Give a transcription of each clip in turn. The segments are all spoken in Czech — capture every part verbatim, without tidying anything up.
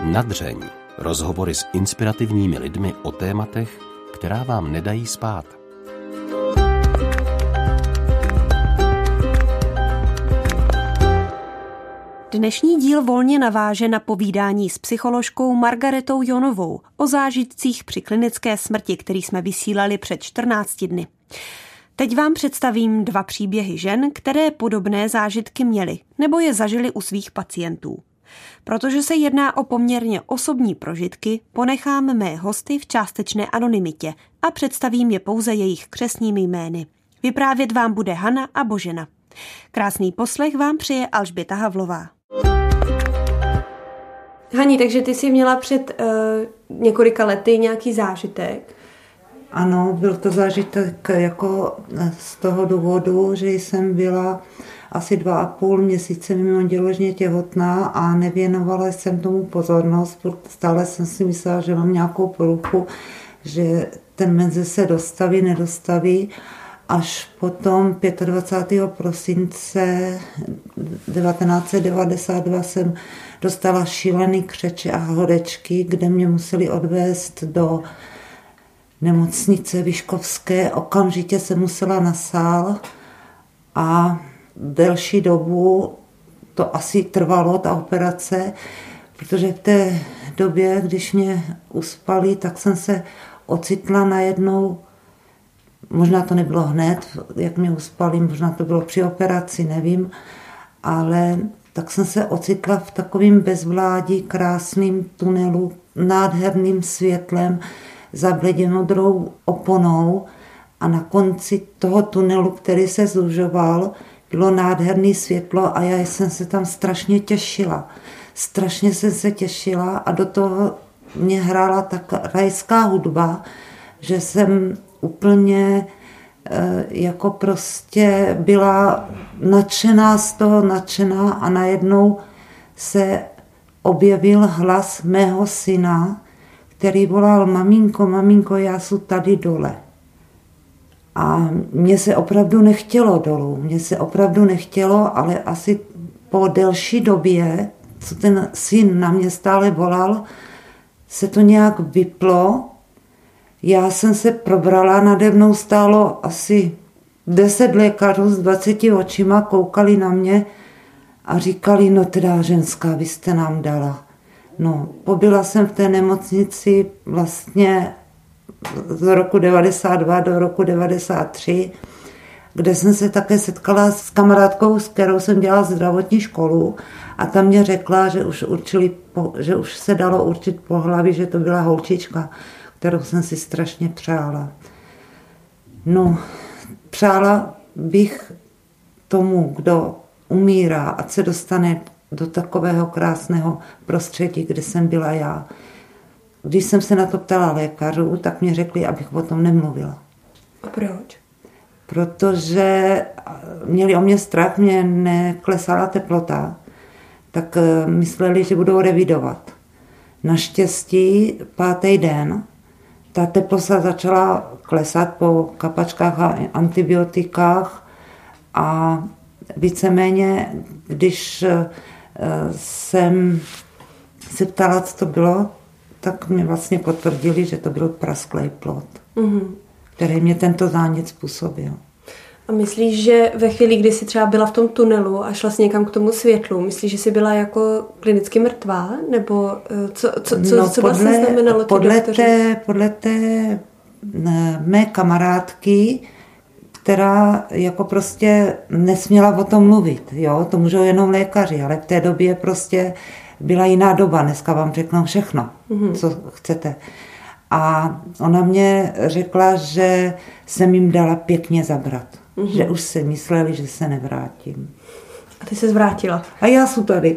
Nadřeň. Rozhovory s inspirativními lidmi o tématech, která vám nedají spát. Dnešní díl volně naváže na povídání s psycholožkou Margaretou Jonovou o zážitcích při klinické smrti, který jsme vysílali před čtrnácti dny. Teď vám představím dva příběhy žen, které podobné zážitky měly nebo je zažily u svých pacientů. Protože se jedná o poměrně osobní prožitky, ponechám mé hosty v částečné anonymitě a představím je pouze jejich křestními jmény. Vyprávět vám bude Hana a Božena. Krásný poslech vám přeje Alžběta Havlová. Hani, takže ty jsi měla před uh, několika lety nějaký zážitek? Ano, byl to zážitek jako z toho důvodu, že jsem byla asi dva a půl měsíce mimoděložně těhotná a nevěnovala jsem tomu pozornost, protože stále jsem si myslela, že mám nějakou poruchu, že ten menze se dostaví, nedostaví. Až potom dvacátého pátého prosince devatenáct set devadesát dva jsem dostala šílený křeče a horečky, kde mě museli odvést do nemocnice Vyškovské. Okamžitě jsem musela na sál a delší dobu to asi trvalo, ta operace, protože v té době, když mě uspali, tak jsem se ocitla najednou. Možná to nebylo hned, jak mě uspali, možná to bylo při operaci, nevím, ale tak jsem se ocitla v takovým bezvládí, krásným tunelu, nádherným světlem, zableděnodrou oponou a na konci toho tunelu, který se zužoval, bylo nádherné světlo a já jsem se tam strašně těšila. Strašně jsem se těšila a do toho mě hrála tak rajská hudba, že jsem úplně jako prostě byla nadšená z toho, nadšená a najednou se objevil hlas mého syna, který volal: maminko, maminko, já jsem tady dole. A mně se opravdu nechtělo dolů, mně se opravdu nechtělo, ale asi po delší době, co ten syn na mě stále volal, se to nějak vyplo. Já jsem se probrala, nade mnou stálo asi deset lékařů s dvaceti očima, koukali na mě a říkali: no teda ženská, vy jste nám dala. No, pobyla jsem v té nemocnici vlastně z roku devadesát dva do roku devadesát tři, kde jsem se také setkala s kamarádkou, s kterou jsem dělala zdravotní školu a ta mě řekla, že už, určili, že už se dalo určit pohlaví, že to byla holčička, kterou jsem si strašně přála. No, přála bych tomu, kdo umírá, ať se dostane do takového krásného prostředí, kde jsem byla já. Když jsem se na to ptala lékařů, tak mě řekli, abych o tom nemluvila. A proč? Protože měli o mě strach, mě neklesala teplota, tak mysleli, že budou revidovat. Naštěstí pátý den ta teplota začala klesat po kapačkách a antibiotikách a víceméně, když jsem se ptala, co to bylo, tak mě vlastně potvrdili, že to byl prasklý plod, mm-hmm. který mě tento zánět způsobil. A myslíš, že ve chvíli, kdy jsi třeba byla v tom tunelu a šla jsi někam k tomu světlu, myslíš, že jsi byla jako klinicky mrtvá? Nebo co, co, co, no, co podle, vlastně znamenalo podle ty té, podle té mé kamarádky, která jako prostě nesměla o tom mluvit, jo, to můžou jenom lékaři, ale v té době prostě byla jiná doba, dneska vám řeknou všechno, mm-hmm. co chcete. A ona mě řekla, že jsem jim dala pěkně zabrat, mm-hmm. že už si mysleli, že se nevrátím. A ty se zvrátila. A já jsem tady.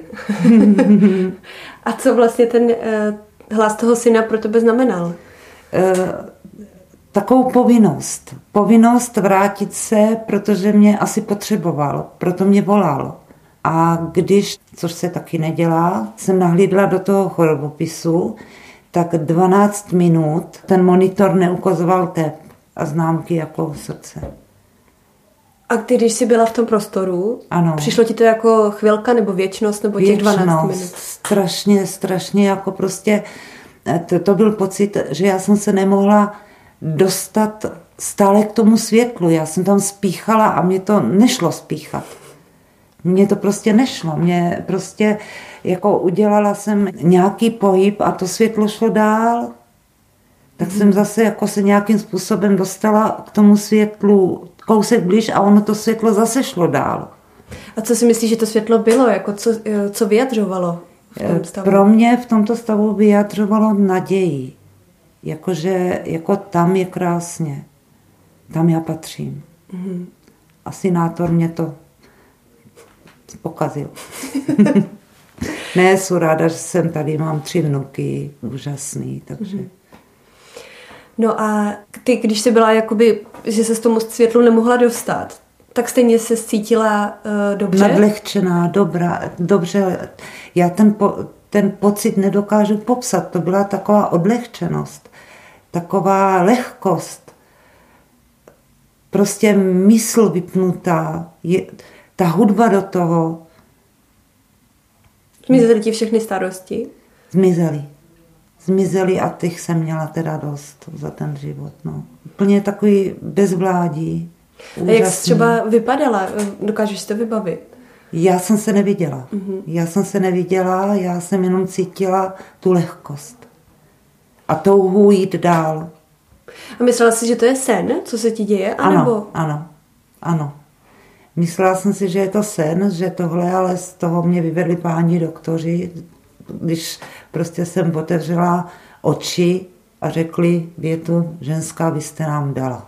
A co vlastně ten uh, hlas toho syna pro tebe znamenal? Uh, takovou povinnost. Povinnost vrátit se, protože mě asi potřeboval, proto mě volal. A když, což se taky nedělá, jsem nahlídla do toho chorobopisu, tak dvanáct minut ten monitor neukazoval tep a známky jako srdce. A ty, když jsi byla v tom prostoru, ano. Přišlo ti to jako chvilka nebo věčnost, nebo těch věčnost, dvanáct minut? strašně, strašně, jako prostě, to, to byl pocit, že já jsem se nemohla dostat stále k tomu světlu. Já jsem tam spíchala a mě to nešlo spíchat. Mně to prostě nešlo. Mě prostě, jako udělala jsem nějaký pohyb a to světlo šlo dál. Tak hmm. jsem zase jako se nějakým způsobem dostala k tomu světlu kousek blíž a ono to světlo zase šlo dál. A co si myslíš, že to světlo bylo? Jako co, co vyjadřovalo v tom stavu? Pro mě v tomto stavu vyjadřovalo naději. Jakože jako tam je krásně. Tam já patřím. Mm-hmm. Asi nátor mě to pokazil. Ne, jsem ráda, že jsem tady, mám tři vnuky, úžasný, takže... Mm-hmm. No a ty, když jsi byla jakoby, že se z tomu světlu nemohla dostat, tak stejně se cítila uh, dobře? Nadlehčená, dobrá, dobře. Já ten, po, ten pocit nedokážu popsat. To byla taková odlehčenost, taková lehkost. Prostě mysl vypnutá, je, ta hudba do toho. Zmizely ti všechny starosti? Zmizely. Zmizely a těch jsem měla teda dost za ten život. No. Úplně takový bezvládí. Úžasný. A jak jsi třeba vypadala? Dokážeš si to vybavit? Já jsem se neviděla. Mm-hmm. Já jsem se neviděla, já jsem jenom cítila tu lehkost. A touhu jít dál. A myslela jsi, že to je sen, co se ti děje? Ano, anebo... ano, ano. Myslela jsem si, že je to sen, že tohle, ale z toho mě vyvedli páni doktoři, když prostě jsem otevřela oči a řekli větu, ženská, vy jste nám dala.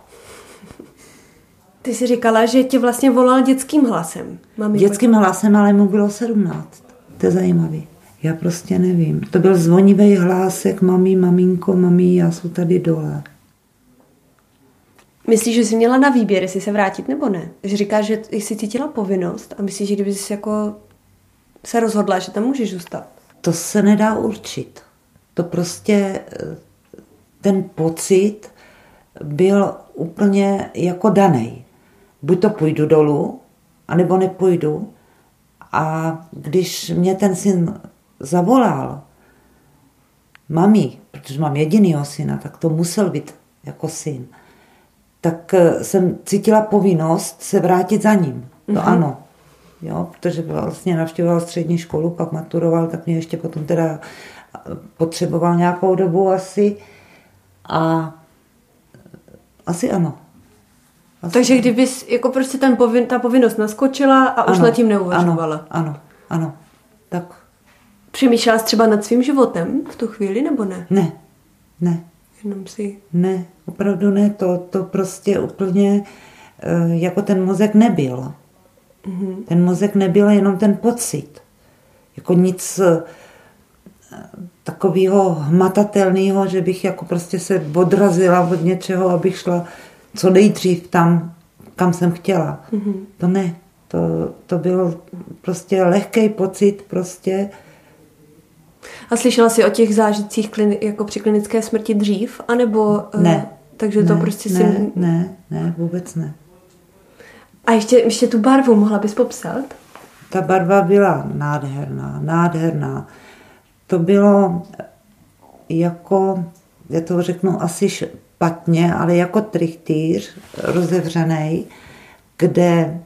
Ty jsi říkala, že tě vlastně volal dětským hlasem. Mami, dětským pojď. hlasem, ale mu bylo sedmnáct. To je zajímavý. Já prostě nevím. To byl zvonivý hlásek, mami, maminko, mami, já jsem tady dole. Myslíš, že jsi měla na výběr, jestli se vrátit nebo ne? Že říkáš, že jsi cítila povinnost a myslíš, že kdyby jsi jako se rozhodla, že tam můžeš zůstat? To se nedá určit. To prostě ten pocit byl úplně jako danej. Buď to půjdu dolů, anebo nepůjdu. A když mě ten syn zavolal, mami, protože mám jedinýho syna, tak to musel být jako syn, tak jsem cítila povinnost se vrátit za ním. To mm-hmm. ano. Jo, protože vlastně navštěvoval střední školu, pak maturoval, tak mě ještě potom teda potřeboval nějakou dobu asi. A asi ano. Asi Takže ano. kdybys, jako prostě ten povin, ta povinnost naskočila a ano, už nad tím neuvažovala. Ano, ano, ano. Tak. Přemýšlela jsi třeba nad svým životem v tu chvíli, nebo ne? Ne, ne. Jenom si... Ne, opravdu ne, to, to prostě úplně jako ten mozek nebyl. Mm-hmm. Ten mozek nebyl, jenom ten pocit. Jako nic takového hmatatelného, že bych jako prostě se odrazila od něčeho, abych šla co nejdřív tam, kam jsem chtěla. Mm-hmm. To ne. To, to byl prostě lehký pocit prostě. A slyšela jsi o těch zážitcích klini, jako při klinické smrti dřív? Anebo, ne. Uh, takže to ne, prostě ne, si... Ne, ne, vůbec ne. A ještě, ještě tu barvu mohla bys popsat? Ta barva byla nádherná, nádherná. To bylo jako, já to řeknu asi špatně, ale jako trichtýř rozevřený, kde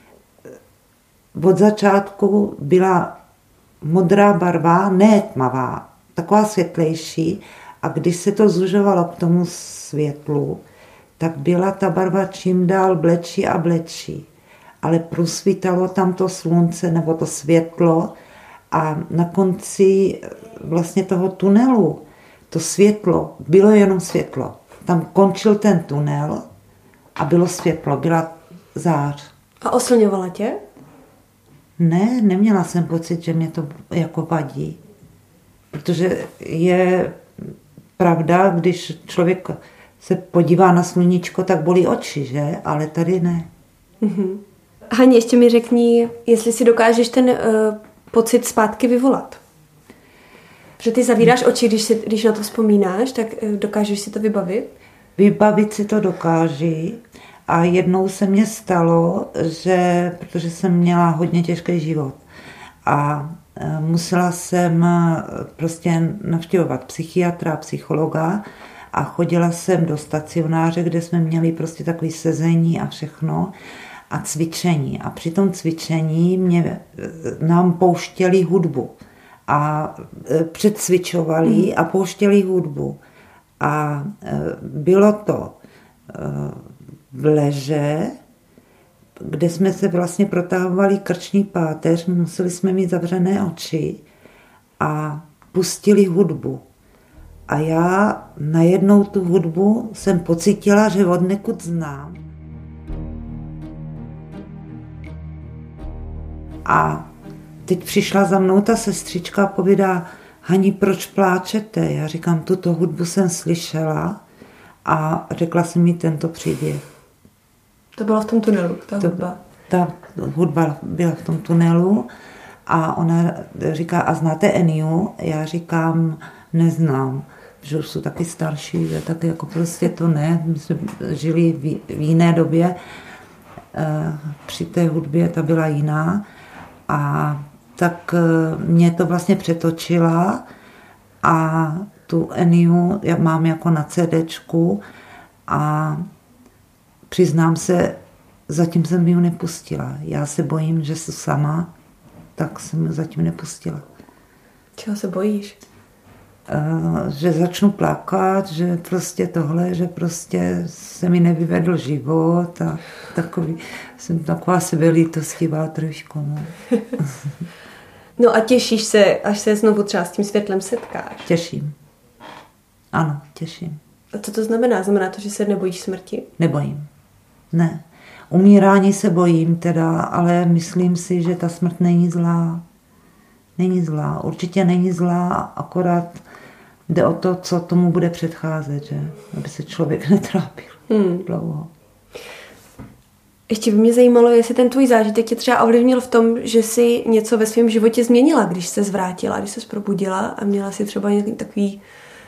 od začátku byla modrá barva, ne tmavá, taková světlejší, a když se to zužovalo k tomu světlu, tak byla ta barva čím dál blečí a blečí. Ale prosvítalo tam to slunce nebo to světlo a na konci vlastně toho tunelu to světlo, bylo jenom světlo. Tam končil ten tunel a bylo světlo, byla zář. A oslňovala tě? Ne, neměla jsem pocit, že mě to jako vadí. Protože je pravda, když člověk se podívá na sluníčko, tak bolí oči, že? Ale tady ne. Mm-hmm. Hani, ještě mi řekni, jestli si dokážeš ten uh, pocit zpátky vyvolat. Protože ty zavíráš oči, když, si, když na to vzpomínáš, tak uh, dokážeš si to vybavit? Vybavit si to dokáží, A jednou se mně stalo, že, protože jsem měla hodně těžký život a musela jsem prostě navštěvovat psychiatra, psychologa a chodila jsem do stacionáře, kde jsme měli prostě takový sezení a všechno a cvičení. A při tom cvičení mě, nám pouštěli hudbu a předcvičovali a pouštěli hudbu. A bylo to v leže, kde jsme se vlastně protahovali krční páteř, museli jsme mít zavřené oči a pustili hudbu. A já najednou tu hudbu jsem pocítila, že odnekud znám. A teď přišla za mnou ta sestřička a povídá: Hani, proč pláčete? Já říkám, tuto hudbu jsem slyšela a řekla jsem mi tento příběh. To bylo v tom tunelu, ta hudba? Ta hudba byla v tom tunelu a ona říká, a znáte Eniu? Já říkám, neznám, že už jsou taky starší, že taky jako prostě to ne. My jsme žili v, v jiné době, při té hudbě ta byla jiná a tak mě to vlastně přetočila a tu Eniu já mám jako na CDčku a přiznám se, zatím jsem ji nepustila. Já se bojím, že jsem sama, tak jsem ji zatím nepustila. Čeho se bojíš? Uh, že začnu plakat, že prostě tohle, že prostě se mi nevyvedl život a takový, jsem taková sebelítostivá trošku. No. No a těšíš se, až se znovu třeba s tím světlem setkáš? Těším. Ano, těším. A co to znamená? Znamená to, že se nebojíš smrti? Nebojím. Ne. Umírání se bojím teda, ale myslím si, že ta smrt není zlá. Není zlá. Určitě není zlá, akorát jde o to, co tomu bude předcházet, že? Aby se člověk netrápil hmm. dlouho. Ještě by mě zajímalo, jestli ten tvůj zážitek tě třeba ovlivnil v tom, že jsi něco ve svém životě změnila, když se zvrátila, když se probudila a měla si třeba nějaký takový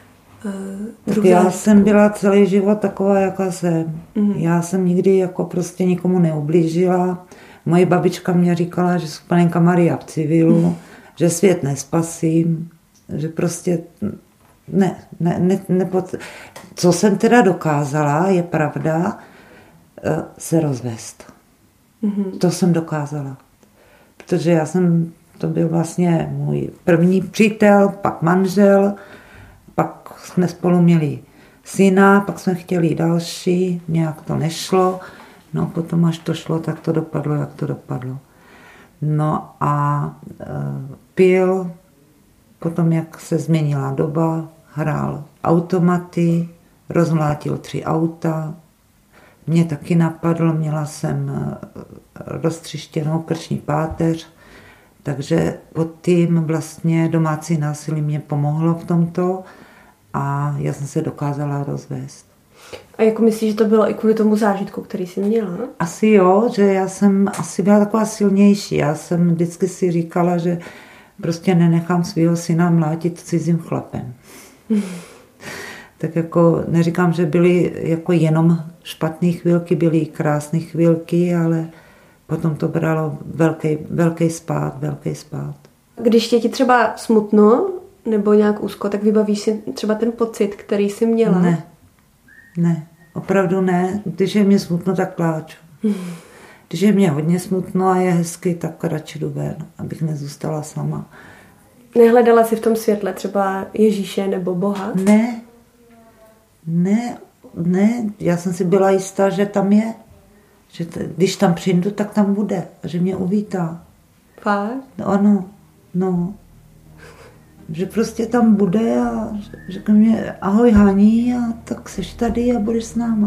uh, tak já jsem byla celý život taková, jaká jsem. Mm. Já jsem nikdy jako prostě nikomu neublížila. Moje babička mě říkala, že jsem panenka Maria v civilu, mm. že svět nespasím, že prostě ne, ne, ne, nepot... Co jsem teda dokázala, je pravda, se rozvést. Mm-hmm. To jsem dokázala. Protože já jsem, to byl vlastně můj první přítel, pak manžel, pak jsme spolu měli syna, pak jsme chtěli další, nějak to nešlo, no potom až to šlo, tak to dopadlo, jak to dopadlo. No a e, pil, potom jak se změnila doba, hrál automaty, rozmlátil tři auta. Mě taky napadlo, měla jsem roztřištěnou krční páteř, takže pod tím vlastně domácí násilí mě pomohlo v tomto a já jsem se dokázala rozvést. A jako myslíš, že to bylo i kvůli tomu zážitku, který jsi měla? Asi jo, že já jsem asi byla taková silnější. Já jsem vždycky si říkala, že prostě nenechám svého syna mlátit cizím chlapem. Tak jako neříkám, že byly jako jenom špatné chvilky, byly i krásné chvilky, ale potom to bralo velký, velký spád, velký spád. Když je ti třeba smutno nebo nějak úzko, tak vybavíš si třeba ten pocit, který jsi měla? Ne, ne, opravdu ne. Když je mě smutno, tak pláču. Hmm. Když je mě hodně smutno a je hezky, tak radši jdu ven, abych nezůstala sama. Nehledala jsi v tom světle třeba Ježíše nebo Boha? Ne, ne, ne, já jsem si byla jistá, že tam je. Že t- když tam přijdu, tak tam bude a že mě uvítá. Fakt? No, ano, no. Že prostě tam bude a řekne mě ahoj Hani a tak seš tady a budeš s náma.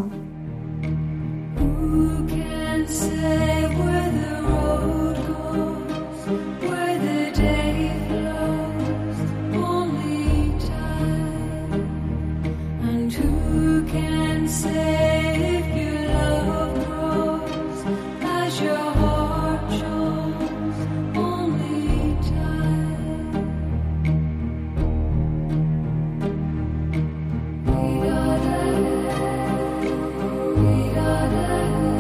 We got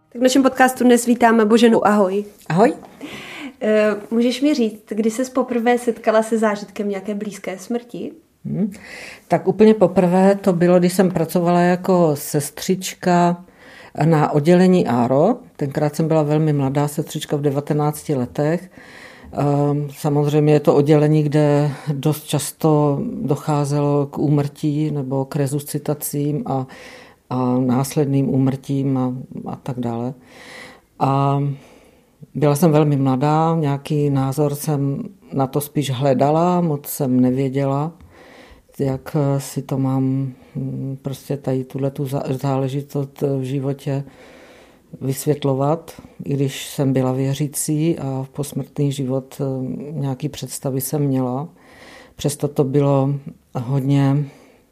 Tak v našem podcastu dnes vítáme Boženu. Ahoj. Ahoj. Můžeš mi říct, kdy ses poprvé setkala se zážitkem nějaké blízké smrti? Hmm. Tak úplně poprvé to bylo, když jsem pracovala jako sestřička na oddělení Áro. Tenkrát jsem byla velmi mladá sestřička v devatenácti letech. Samozřejmě je to oddělení, kde dost často docházelo k úmrtí nebo k resuscitacím a, a následným úmrtím a, a tak dále. A byla jsem velmi mladá, nějaký názor jsem na to spíš hledala, moc jsem nevěděla, jak si to mám prostě tady tuhletu záležitost v životě vysvětlovat, i když jsem byla věřící a v posmrtný život nějaký představy jsem měla. Přesto to bylo hodně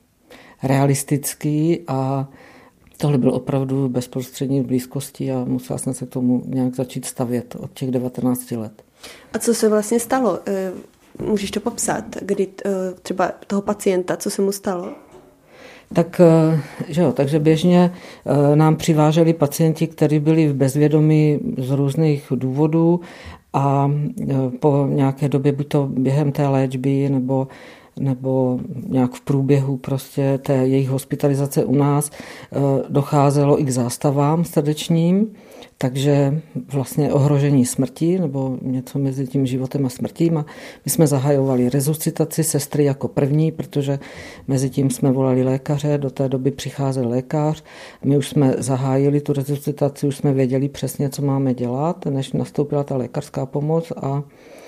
realistický a tohle bylo opravdu bezprostřední blízkosti a musela jsem se k tomu nějak začít stavět od těch devatenácti let. A co se vlastně stalo? Můžeš to popsat, kdy třeba toho pacienta, co se mu stalo? Tak, že jo, takže běžně nám přiváželi pacienti, kteří byli v bezvědomí z různých důvodů a po nějaké době, buď to během té léčby nebo nebo nějak v průběhu prostě té jejich hospitalizace u nás docházelo i k zástavám srdečním, takže vlastně ohrožení smrti nebo něco mezi tím životem a smrtím. A my jsme zahajovali resuscitaci sestry jako první, protože mezi tím jsme volali lékaře, do té doby přicházel lékař. My už jsme zahájili tu resuscitaci, už jsme věděli přesně, co máme dělat, než nastoupila ta lékařská pomoc a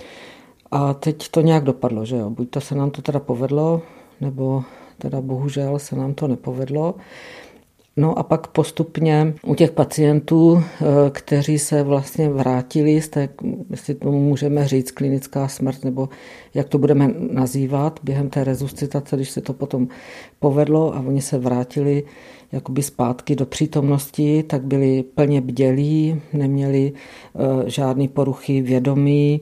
A teď to nějak dopadlo, že jo. Buď to se nám to teda povedlo, nebo teda bohužel se nám to nepovedlo. No a pak postupně u těch pacientů, kteří se vlastně vrátili z té, jestli tomu můžeme říct, klinická smrt, nebo jak to budeme nazývat, během té resuscitace, když se to potom povedlo a oni se vrátili jakoby zpátky do přítomnosti, tak byli plně bdělí, neměli žádný poruchy vědomí,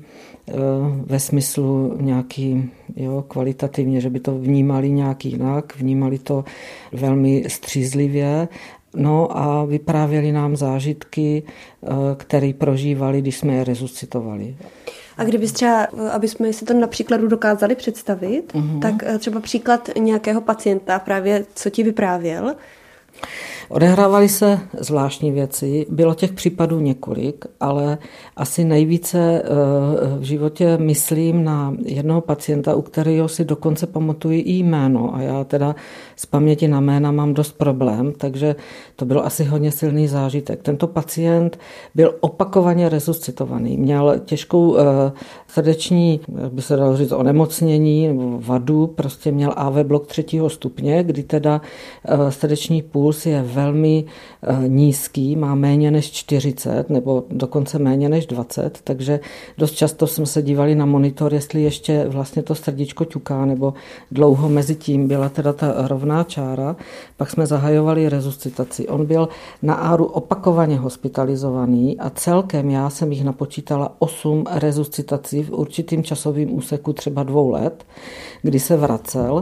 ve smyslu nějaký, jo, kvalitativně, že by to vnímali nějak jinak, vnímali to velmi střízlivě, no a vyprávěli nám zážitky, které prožívali, když jsme je resuscitovali. A kdybys třeba, aby jsme si to na příkladu dokázali představit, uh-huh. tak třeba příklad nějakého pacienta, právě co ti vyprávěl? Odehrávaly se zvláštní věci, bylo těch případů několik, ale asi nejvíce v životě myslím na jednoho pacienta, u kterého si dokonce pamatuji i jméno a já teda z paměti na jména mám dost problém, takže to byl asi hodně silný zážitek. Tento pacient byl opakovaně resuscitovaný, měl těžkou srdeční, jak by se dalo říct, onemocnění nebo vadu, prostě měl á vé blok třetího stupně, kdy teda srdeční puls je velmi nízký, má méně než čtyřicet nebo dokonce méně než dvacet, takže dost často jsme se dívali na monitor, jestli ještě vlastně to srdíčko ťuká, nebo dlouho mezi tím byla teda ta rovná čára, pak jsme zahajovali resuscitaci. On byl na Áru opakovaně hospitalizovaný a celkem já jsem jich napočítala osm resuscitací v určitým časovým úseku třeba dvou let, kdy se vracel.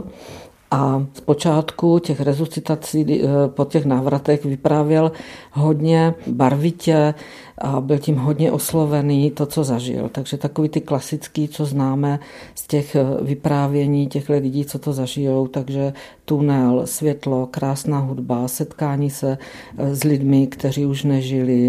A zpočátku těch resuscitací po těch návratech vyprávěl hodně barvitě a byl tím hodně oslovený to, co zažil. Takže takový ty klasický, co známe z těch vyprávění těch lidí, co to zažijou, takže tunel, světlo, krásná hudba, setkání se s lidmi, kteří už nežili,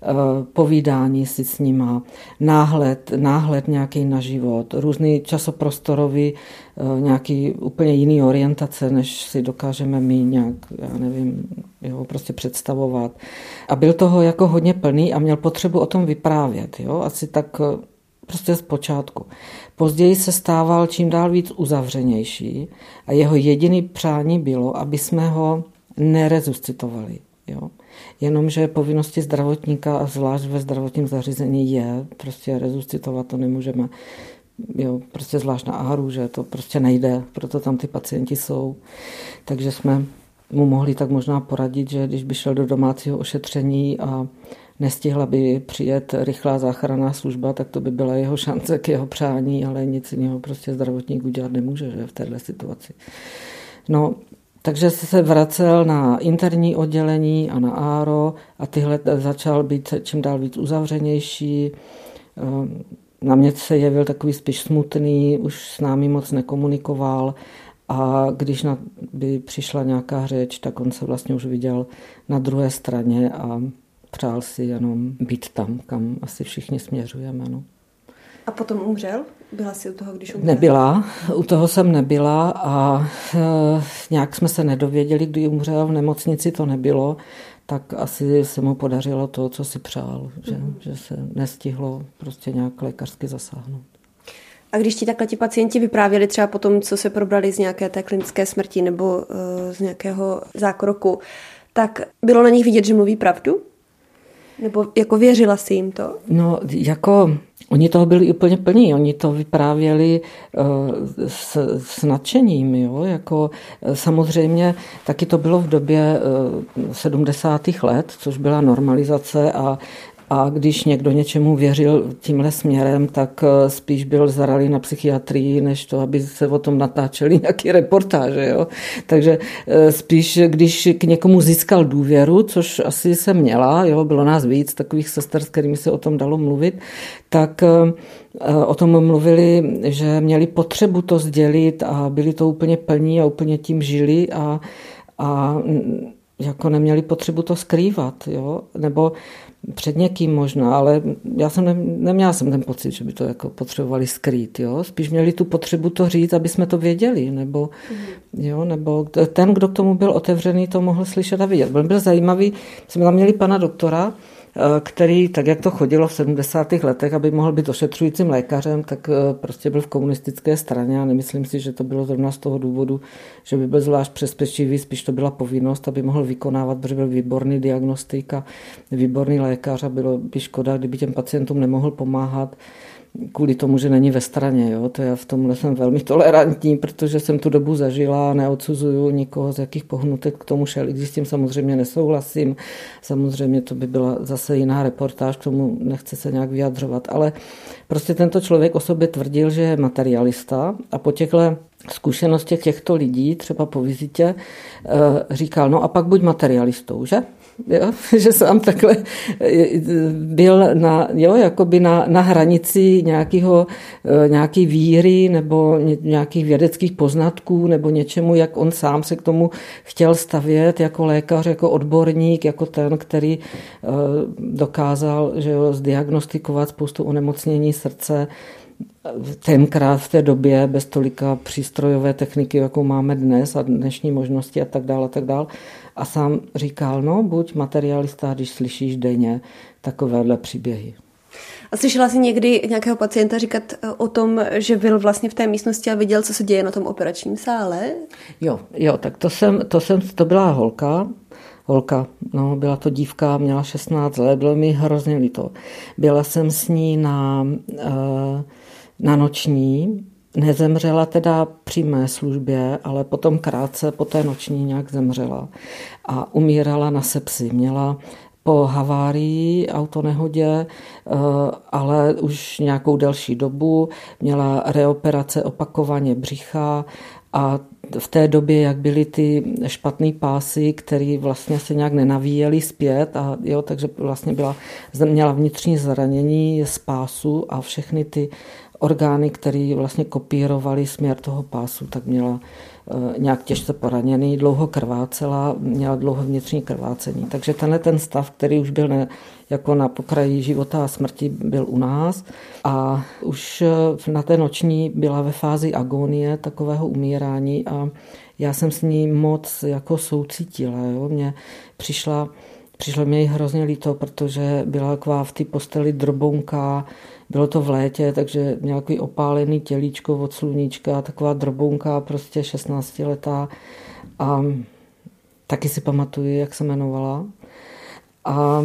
povídání si s nima, náhled, náhled nějaký na život, různý časoprostorový, nějaký úplně jiný orientace, než si dokážeme my nějak, já nevím, jo, prostě představovat. A byl toho jako hodně plný a měl potřebu o tom vyprávět, jo, asi tak prostě z počátku. Později se stával čím dál víc uzavřenější a jeho jediný přání bylo, aby jsme ho neresuscitovali, jo. Jenomže povinnosti zdravotníka a zvlášť ve zdravotním zařízení je prostě resuscitovat, to nemůžeme, jo, prostě zvlášť na Áru, že to prostě nejde, proto tam ty pacienti jsou. Takže jsme mu mohli tak možná poradit, že když by šel do domácího ošetření a nestihla by přijet rychlá záchranná služba, tak to by byla jeho šance k jeho přání, ale nic jiného prostě zdravotník udělat nemůže, že v téhle situaci. No, Takže se vracel na interní oddělení a na áro a tyhle začal být čím dál víc uzavřenější. Na mě se jevil takový spíš smutný, už s námi moc nekomunikoval a když na, by přišla nějaká řeč, tak on se vlastně už viděl na druhé straně a přál si jenom být tam, kam asi všichni směřujeme. No. A potom umřel? Byla jsi u toho, když umřel? Nebyla, u toho jsem nebyla a e, nějak jsme se nedověděli, kdy umřel, v nemocnici to nebylo, tak asi se mu podařilo to, co si přál, že, mm. že se nestihlo prostě nějak lékařsky zasáhnout. A když ti takhle ti pacienti vyprávěli třeba po tom, co se probrali z nějaké té klinické smrti nebo uh, z nějakého zákroku, tak bylo na nich vidět, že mluví pravdu? Nebo jako věřila jsi jim to? No, jako oni toho byli úplně plní, oni to vyprávěli uh, s, s nadšením, jo, jako uh, samozřejmě taky to bylo v době uh, sedmdesátých let, což byla normalizace a A když někdo něčemu věřil tímhle směrem, tak spíš byl zaralý na psychiatrii, než to, aby se o tom natáčeli nějaké reportáže. Jo? Takže spíš, když k někomu získal důvěru, což asi jsem měla, jo? Bylo nás víc takových sester, s kterými se o tom dalo mluvit, tak o tom mluvili, že měli potřebu to sdělit a byli to úplně plní a úplně tím žili a, a jako neměli potřebu to skrývat, jo? Nebo před někým možná, ale já jsem ne, neměla jsem ten pocit, že by to jako potřebovali skrýt, jo? Spíš měli tu potřebu to říct, aby jsme to věděli, nebo, mm. jo? Nebo ten, kdo k tomu byl otevřený, to mohl slyšet a vidět. Byl, byl zajímavý, jsme tam měli pana doktora, který, tak jak to chodilo v sedmdesátých letech, aby mohl být ošetřujícím lékařem, tak prostě byl v komunistické straně a nemyslím si, že to bylo zrovna z toho důvodu, že by byl zvlášť přesvědčivý, spíš to byla povinnost, aby mohl vykonávat, protože byl výborný diagnostik a výborný lékař a bylo by škoda, kdyby těm pacientům nemohl pomáhat kvůli tomu, že není ve straně. Jo? To já v tomhle jsem velmi tolerantní, protože jsem tu dobu zažila a neodsuzuju nikoho, z jakých pohnutek k tomu šel, i když s tím samozřejmě nesouhlasím. Samozřejmě to by byla zase jiná reportáž, k tomu nechce se nějak vyjadřovat, ale prostě tento člověk o sobě tvrdil, že je materialista a po těchto zkušenostech těchto lidí, třeba po vizitě, říkal, no a pak buď materialistou, že? Jo, že sám takhle byl na, jo, jakoby na, na hranici nějakého, nějaký víry nebo nějakých vědeckých poznatků nebo něčemu, jak on sám se k tomu chtěl stavět jako lékař, jako odborník, jako ten, který dokázal, že jo, zdiagnostikovat spoustu onemocnění srdce, tenkrát v té době bez tolika přístrojové techniky, jakou máme dnes a dnešní možnosti a tak dále a tak dále. A sám říkal, no buď materialista, když slyšíš denně takovéhle příběhy. A slyšela jsi někdy nějakého pacienta říkat o tom, že byl vlastně v té místnosti a viděl, co se děje na tom operačním sále? Jo, jo, tak to jsem, to jsem, to byla holka, holka, no, byla to dívka, měla šestnáct let, bylo mi hrozně líto. Byla jsem s ní na, na noční, nezemřela teda při mé službě, ale potom krátce po té noční nějak zemřela a umírala na sepsi. Měla po havárii, autonehodě, ale už nějakou delší dobu, měla reoperace opakovaně břicha a v té době, jak byly ty špatné pásy, které vlastně se nějak nenavíjely zpět, a jo, takže vlastně byla, měla vnitřní zranění z pásu a všechny ty orgány, které vlastně kopírovaly směr toho pásu, tak měla e, nějak těžce poraněný, dlouho krvácela, měla dlouho vnitřní krvácení. Takže tenhle ten stav, který už byl ne, jako na pokraji života a smrti, byl u nás a už na té noční byla ve fázi agonie, takového umírání a já jsem s ní moc jako soucítila. Jo. Mně přišla, přišlo mě jí hrozně líto, protože byla taková v té posteli drobounka. Bylo to v létě, takže měla takový opálený tělíčko od sluníčka, taková drobounka, prostě šestnáctiletá. A taky si pamatuju, jak se jmenovala. A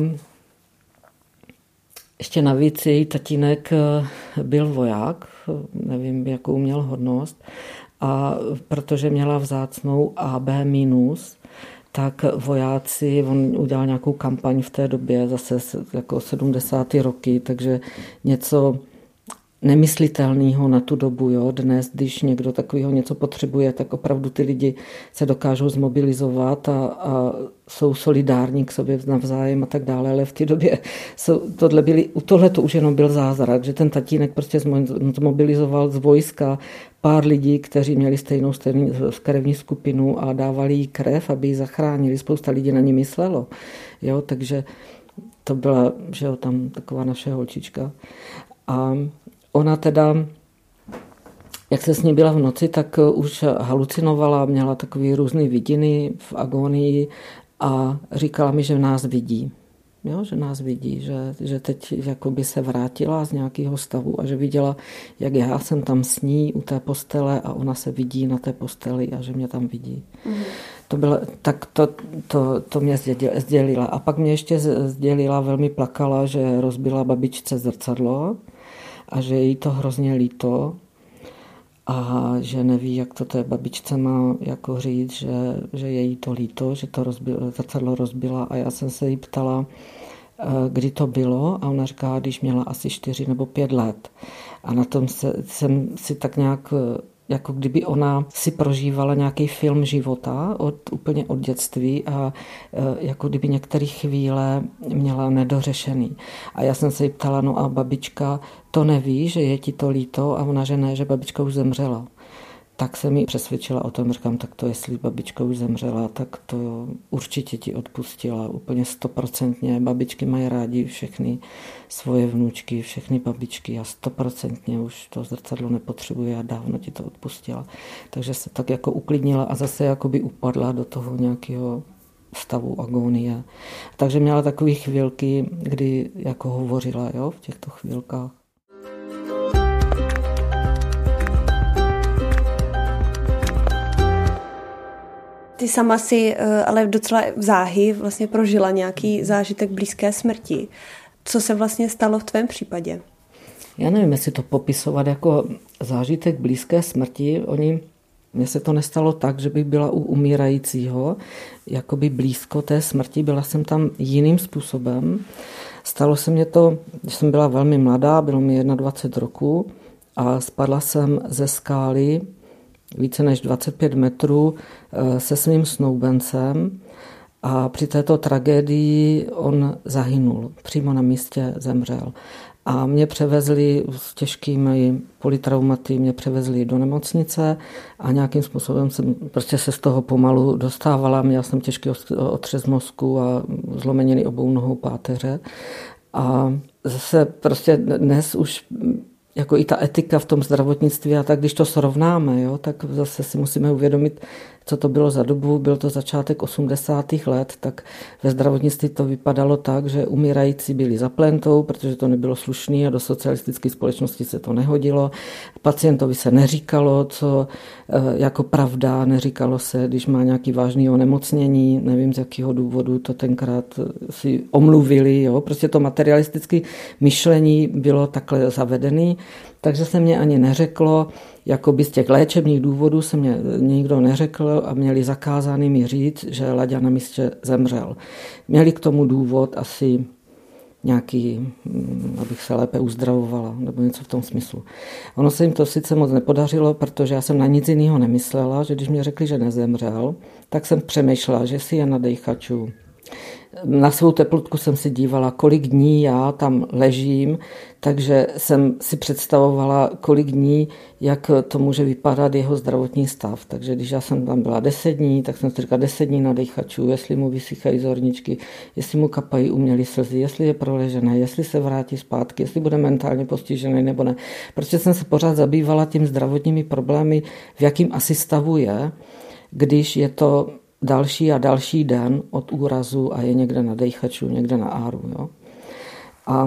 ještě navíc její tatínek byl voják, nevím, jakou měl hodnost, a protože měla vzácnou A B minus, tak vojáci, on udělal nějakou kampaň v té době, zase jako sedmdesátých roky, takže něco nemyslitelného na tu dobu. Jo. Dnes, když někdo takového něco potřebuje, tak opravdu ty lidi se dokážou zmobilizovat a, a jsou solidární k sobě navzájem a tak dále, ale v té době jsou, tohle, byli, tohle to už jenom byl zázrak, že ten tatínek prostě zmobilizoval z vojska pár lidí, kteří měli stejnou stejnou krevní skupinu a dávali jí krev, aby ji zachránili. Spousta lidí na ní myslelo. Jo, takže to byla, že jo, tam taková naše holčička. A ona teda, jak se s ní byla v noci, tak už halucinovala, měla takové různé vidiny v agonii a říkala mi, že nás vidí. Jo, že nás vidí, že, že teď jakoby se vrátila z nějakého stavu a že viděla, jak já jsem tam s ní u té postele a ona se vidí na té posteli a že mě tam vidí. Mm. To bylo, tak to, to, to mě sdělila. A pak mě ještě sdělila, velmi plakala, že rozbila babičce zrcadlo a že jí to hrozně líto a že neví, jak to té babičce má jako říct, že, že je jí to líto, že to rozbil, zrcadlo rozbila a já jsem se jí ptala, kdy to bylo a ona říká, když měla asi čtyři nebo pět let. A na tom se, jsem si tak nějak, jako kdyby ona si prožívala nějaký film života od, úplně od dětství a jako kdyby některé chvíle měla nedořešený. A já jsem se jí ptala, no a babička to neví, že je ti to líto a ona, že ne, že babička už zemřela. Tak se mi přesvědčila o tom, říkám, tak to jestli babička už zemřela, tak to jo, určitě ti odpustila, úplně stoprocentně. Babičky mají rádi všechny svoje vnučky, všechny babičky a stoprocentně už to zrcadlo nepotřebuje a dávno ti to odpustila. Takže se tak jako uklidnila a zase jakoby upadla do toho nějakého stavu agonie. Takže měla takové chvílky, kdy jako hovořila, jo, v těchto chvílkách. Ty sama si ale docela záhy vlastně prožila nějaký zážitek blízké smrti. Co se vlastně stalo v tvém případě? Já nevím, jestli to popisovat jako zážitek blízké smrti. Oni, mně se to nestalo tak, že bych byla u umírajícího, jakoby blízko té smrti. Byla jsem tam jiným způsobem. Stalo se mě to, když jsem byla velmi mladá, bylo mi dvacet jedna roku a spadla jsem ze skály více než dvacet pět metrů se svým snoubencem a při této tragédii on zahynul. Přímo na místě zemřel. A mě převezli s těžkými polytraumaty, mě převezli do nemocnice a nějakým způsobem jsem prostě se z toho pomalu dostávala. Měla jsem těžký otřes mozku a zlomeniny obou nohou páteře. A zase prostě dnes už jako i ta etika v tom zdravotnictví a tak, když to srovnáme, jo, tak zase si musíme uvědomit, co to bylo za dobu. Byl to začátek osmdesátých let, tak ve zdravotnictví to vypadalo tak, že umírající byli za plentou, protože to nebylo slušné a do socialistické společnosti se to nehodilo. Pacientovi se neříkalo, co jako pravda, neříkalo se, když má nějaký vážný onemocnění, nevím z jakého důvodu to tenkrát si omluvili, jo, prostě to materialistické myšlení bylo takhle zavedené. Takže se mě ani neřeklo, jakoby z těch léčebných důvodů se mě nikdo neřekl a měli zakázaný mi říct, že Láďa na místě zemřel. Měli k tomu důvod asi nějaký, abych se lépe uzdravovala, nebo něco v tom smyslu. Ono se jim to sice moc nepodařilo, protože já jsem na nic jiného nemyslela, že když mě řekli, že nezemřel, tak jsem přemýšlela, že si je na dejchaču. Na svou teplotku jsem si dívala, kolik dní já tam ležím, takže jsem si představovala, kolik dní, jak to může vypadat jeho zdravotní stav. Takže když já jsem tam byla deset dní, tak jsem si říkala deset dní na dejchaču, jestli mu vysychají zorničky, jestli mu kapají umělý slzy, jestli je proležené, jestli se vrátí zpátky, jestli bude mentálně postižený nebo ne. Protože jsem se pořád zabývala tím zdravotními problémy, v jakým asi stavu je, když je to další a další den od úrazu a je někde na dejchaču, někde na áru. Jo? A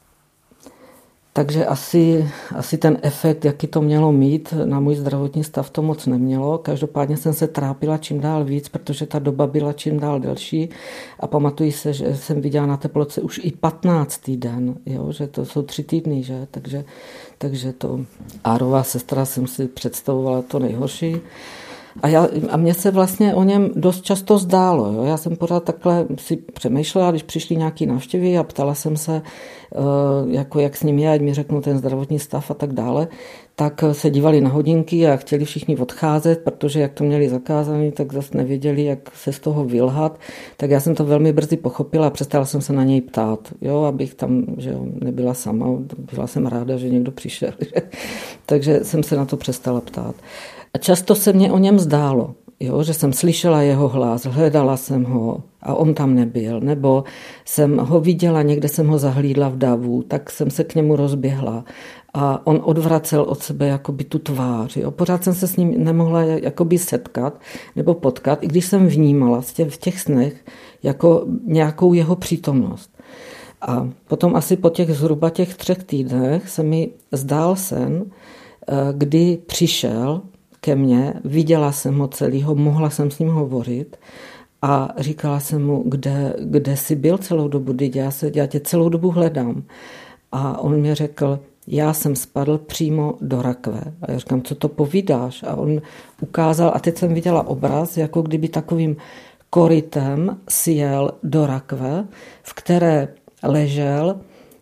takže asi, asi ten efekt, jaký to mělo mít na můj zdravotní stav, to moc nemělo. Každopádně jsem se trápila čím dál víc, protože ta doba byla čím dál delší a pamatuji se, že jsem viděla na teplotce už i patnáctý den, jo? Že to jsou tři týdny, že? Takže, takže to árová sestra jsem si představovala to nejhorší. A, já, a mně se vlastně o něm dost často zdálo. Jo? Já jsem pořád takhle si přemýšlela, když přišly nějaké návštěvy a ptala jsem se, jako jak s ním je, ať mi řeknu ten zdravotní stav a tak dále, tak se dívali na hodinky a chtěli všichni odcházet, protože jak to měli zakázané, tak zase nevěděli, jak se z toho vylhat. Tak já jsem to velmi brzy pochopila a přestala jsem se na něj ptát, jo, abych tam že jo, nebyla sama. Byla jsem ráda, že někdo přišel. Takže jsem se na to přestala ptát. A často se mě o něm zdálo, jo, že jsem slyšela jeho hlas, hledala jsem ho a on tam nebyl, nebo jsem ho viděla, někde jsem ho zahlídla v davu, tak jsem se k němu rozběhla a on odvracel od sebe jakoby tu tvář. Jo. Pořád jsem se s ním nemohla jakoby setkat nebo potkat, i když jsem vnímala v těch snech jako nějakou jeho přítomnost. A potom asi po těch zhruba těch třech týdnech se mi zdál sen, kdy přišel ke mně, viděla jsem ho celýho, mohla jsem s ním hovořit a říkala jsem mu, kde, kde jsi byl celou dobu, teď já, se, já tě celou dobu hledám. A on mi řekl, já jsem spadl přímo do rakve. A já říkám, co to povídáš? A on ukázal, a teď jsem viděla obraz, jako kdyby takovým korytem sjel do rakve, v které ležel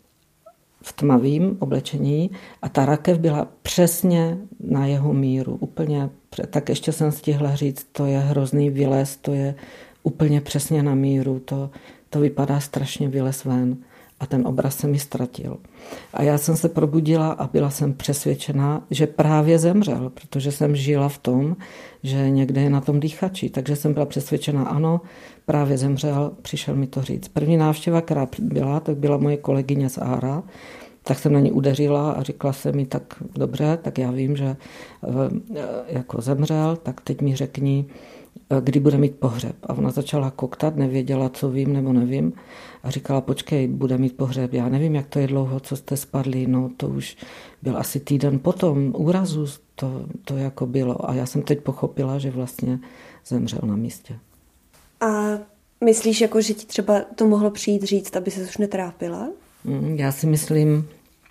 v tmavém oblečení a ta rakev byla přesně na jeho míru. Úplně, tak ještě jsem stihla říct, to je hrozný vylez, to je úplně přesně na míru, to, to vypadá strašně vylez ven. A ten obraz se mi ztratil. A já jsem se probudila a byla jsem přesvědčená, že právě zemřel, protože jsem žila v tom, že někde je na tom dýchači. Takže jsem byla přesvědčená, ano, právě zemřel, přišel mi to říct. První návštěva, která byla, tak byla moje kolegyně z Ára, tak jsem na ní udeřila a říkala jsem mi, tak dobře, tak já vím, že jako zemřel, tak teď mi řekni, kdy bude mít pohřeb. A ona začala koktat, nevěděla, co vím nebo nevím. A říkala, počkej, bude mít pohřeb. Já nevím, jak to je dlouho, co jste spadli. No to už byl asi týden potom úrazu, to, to jako bylo. A já jsem teď pochopila, že vlastně zemřel na místě. A myslíš, jako, že ti třeba to mohlo přijít říct, aby se už netrápila? Já si myslím,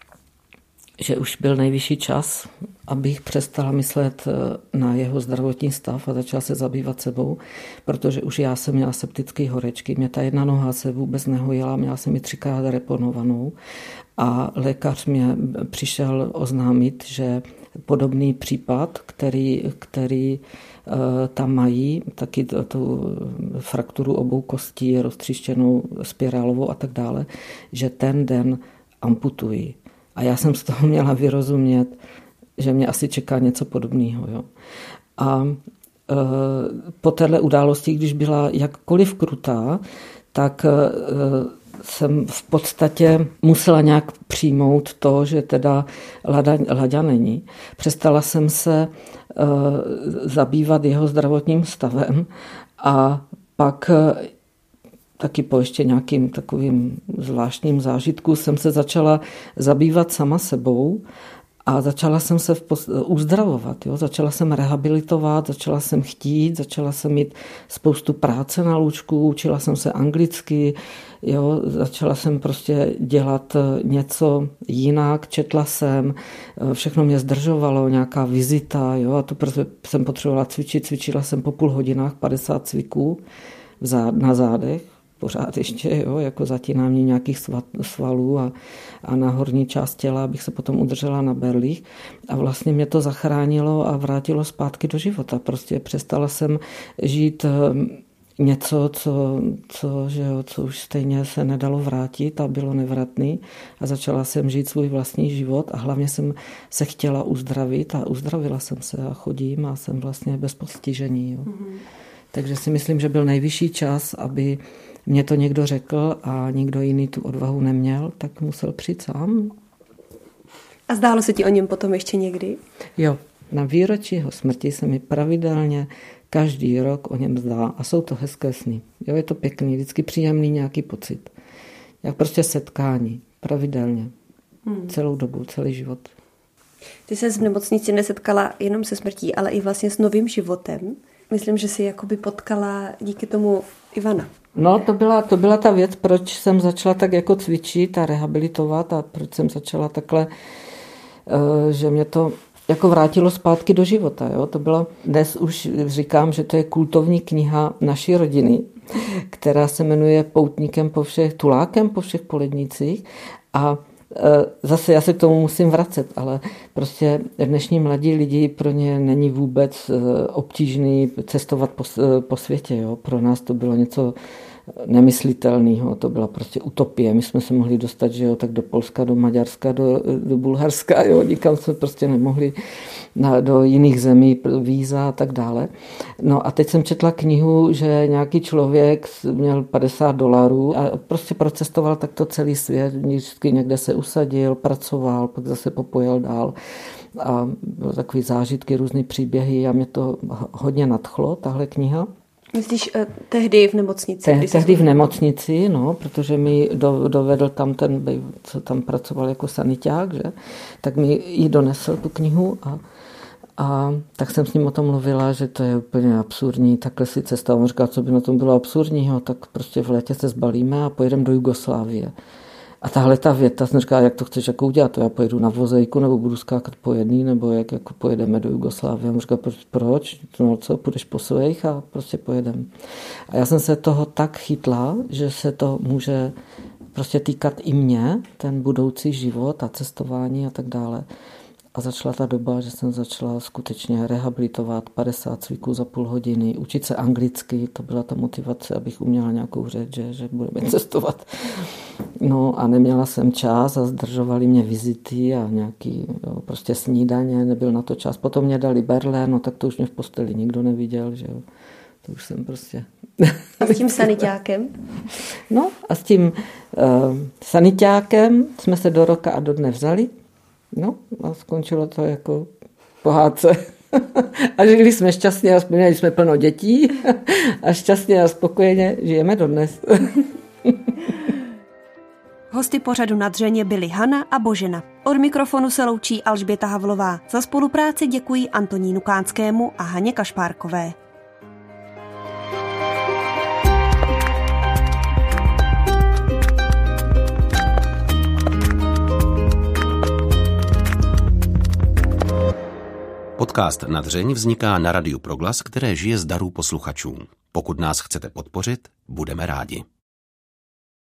že už byl nejvyšší čas, abych přestala myslet na jeho zdravotní stav a začala se zabývat sebou, protože už já jsem měla septické horečky, mě ta jedna noha se vůbec nehojila, měla jsem ji třikrát reponovanou a lékař mě přišel oznámit, že podobný případ, který, který tam mají, taky tu frakturu obou kostí, roztříštěnou spirálovou a tak dále, že ten den amputují. A já jsem z toho měla vyrozumět, že mě asi čeká něco podobného. Jo. A e, po téhle události, když byla jakkoliv krutá, tak e, jsem v podstatě musela nějak přijmout to, že teda Lada, Laďa není. Přestala jsem se e, zabývat jeho zdravotním stavem a pak taky po ještě nějakým takovým zvláštním zážitku jsem se začala zabývat sama sebou a začala jsem se uzdravovat. Jo? Začala jsem rehabilitovat, začala jsem chtít, začala jsem mít spoustu práce na lůžku, učila jsem se anglicky, jo? Začala jsem prostě dělat něco jinak, četla jsem, všechno mě zdržovalo, nějaká vizita, jo? A to prostě jsem potřebovala cvičit, cvičila jsem po půl hodinách padesát cviků na zádech, pořád ještě, jo, jako zatínání nějakých svalů a, a na horní část těla, abych se potom udržela na berlích. A vlastně mě to zachránilo a vrátilo zpátky do života. Prostě přestala jsem žít něco, co, co, že jo, co už stejně se nedalo vrátit a bylo nevratný. A začala jsem žít svůj vlastní život a hlavně jsem se chtěla uzdravit a uzdravila jsem se a chodím a jsem vlastně bez postižení. Jo. Mm-hmm. Takže si myslím, že byl nejvyšší čas, aby mě to někdo řekl a nikdo jiný tu odvahu neměl, tak musel přijít sám. A zdálo se ti o něm potom ještě někdy? Jo, na výročí jeho smrti se mi pravidelně každý rok o něm zdá a jsou to hezké sny. Jo, je to pěkný, vždycky příjemný nějaký pocit. Jak prostě setkání, pravidelně, hmm. celou dobu, celý život. Ty se v nemocnici nesetkala jenom se smrtí, ale i vlastně s novým životem. Myslím, že si jakoby potkala díky tomu Ivana. No, to byla, to byla ta věc, proč jsem začala tak jako cvičit a rehabilitovat a proč jsem začala takhle, že mě to jako vrátilo zpátky do života. Jo? To bylo, dnes už říkám, že to je kultovní kniha naší rodiny, která se jmenuje Poutníkem po všech, Tulákem po všech polednicích a zase já se k tomu musím vracet, ale prostě dnešní mladí lidi, pro ně není vůbec obtížný cestovat po, po světě. Jo? Pro nás to bylo něco nemyslitelného, to byla prostě utopie. My jsme se mohli dostat, že jo, tak do Polska, do Maďarska, do, do Bulharska, jo, nikam jsme prostě nemohli na, do jiných zemí, víza a tak dále. No a teď jsem četla knihu, že nějaký člověk měl padesát dolarů a prostě procestoval takto celý svět, vždycky někde se usadil, pracoval, pak zase popojel dál a byly takový zážitky, různý příběhy a mě to hodně nadchlo, tahle kniha. Myslíš eh, tehdy v nemocnici? Te, tehdy v nemocnici, no, protože mi do, dovedl tam ten, co tam pracoval jako saniták, že? Tak mi ji donesl tu knihu a, a tak jsem s ním o tom mluvila, že to je úplně absurdní, takhle si cesta. On říkal, co by na tom bylo absurdního, tak prostě v létě se zbalíme a pojedeme do Jugoslávie. A tahle ta věta, jsem říkala, jak to chceš jako udělat, to já pojedu na vozejku, nebo budu skákat po jedný, nebo jak jako pojedeme do Jugoslávie. A on říkal, proč? No co, půjdeš po svých a prostě pojedeme. A já jsem se toho tak chytla, že se to může prostě týkat i mě, ten budoucí život a cestování a tak dále. A začala ta doba, že jsem začala skutečně rehabilitovat padesát cviků za půl hodiny, učit se anglicky, to byla ta motivace, abych uměla nějakou řeč, že, že budeme cestovat. No a neměla jsem čas a zdržovali mě vizity a nějaký jo, prostě snídaně, nebyl na to čas. Potom mě dali berle, no tak to už mě v posteli nikdo neviděl, že jo. To už jsem prostě... A s tím sanitákem? No a s tím uh, sanitákem jsme se do roka a do dne vzali. No a skončilo to jako pohádce. A žili jsme šťastně a měli jsme plno dětí a šťastně a spokojeně žijeme dodnes. Hosty pořadu Nadřeně byly Hana a Božena. Od mikrofonu se loučí Alžběta Havlová. Za spolupráci děkuji Antonínu Kánskému a Haně Kašpárkové. Podcast Nadřeň vzniká na Radiu Proglas, které žije z darů posluchačů. Pokud nás chcete podpořit, budeme rádi.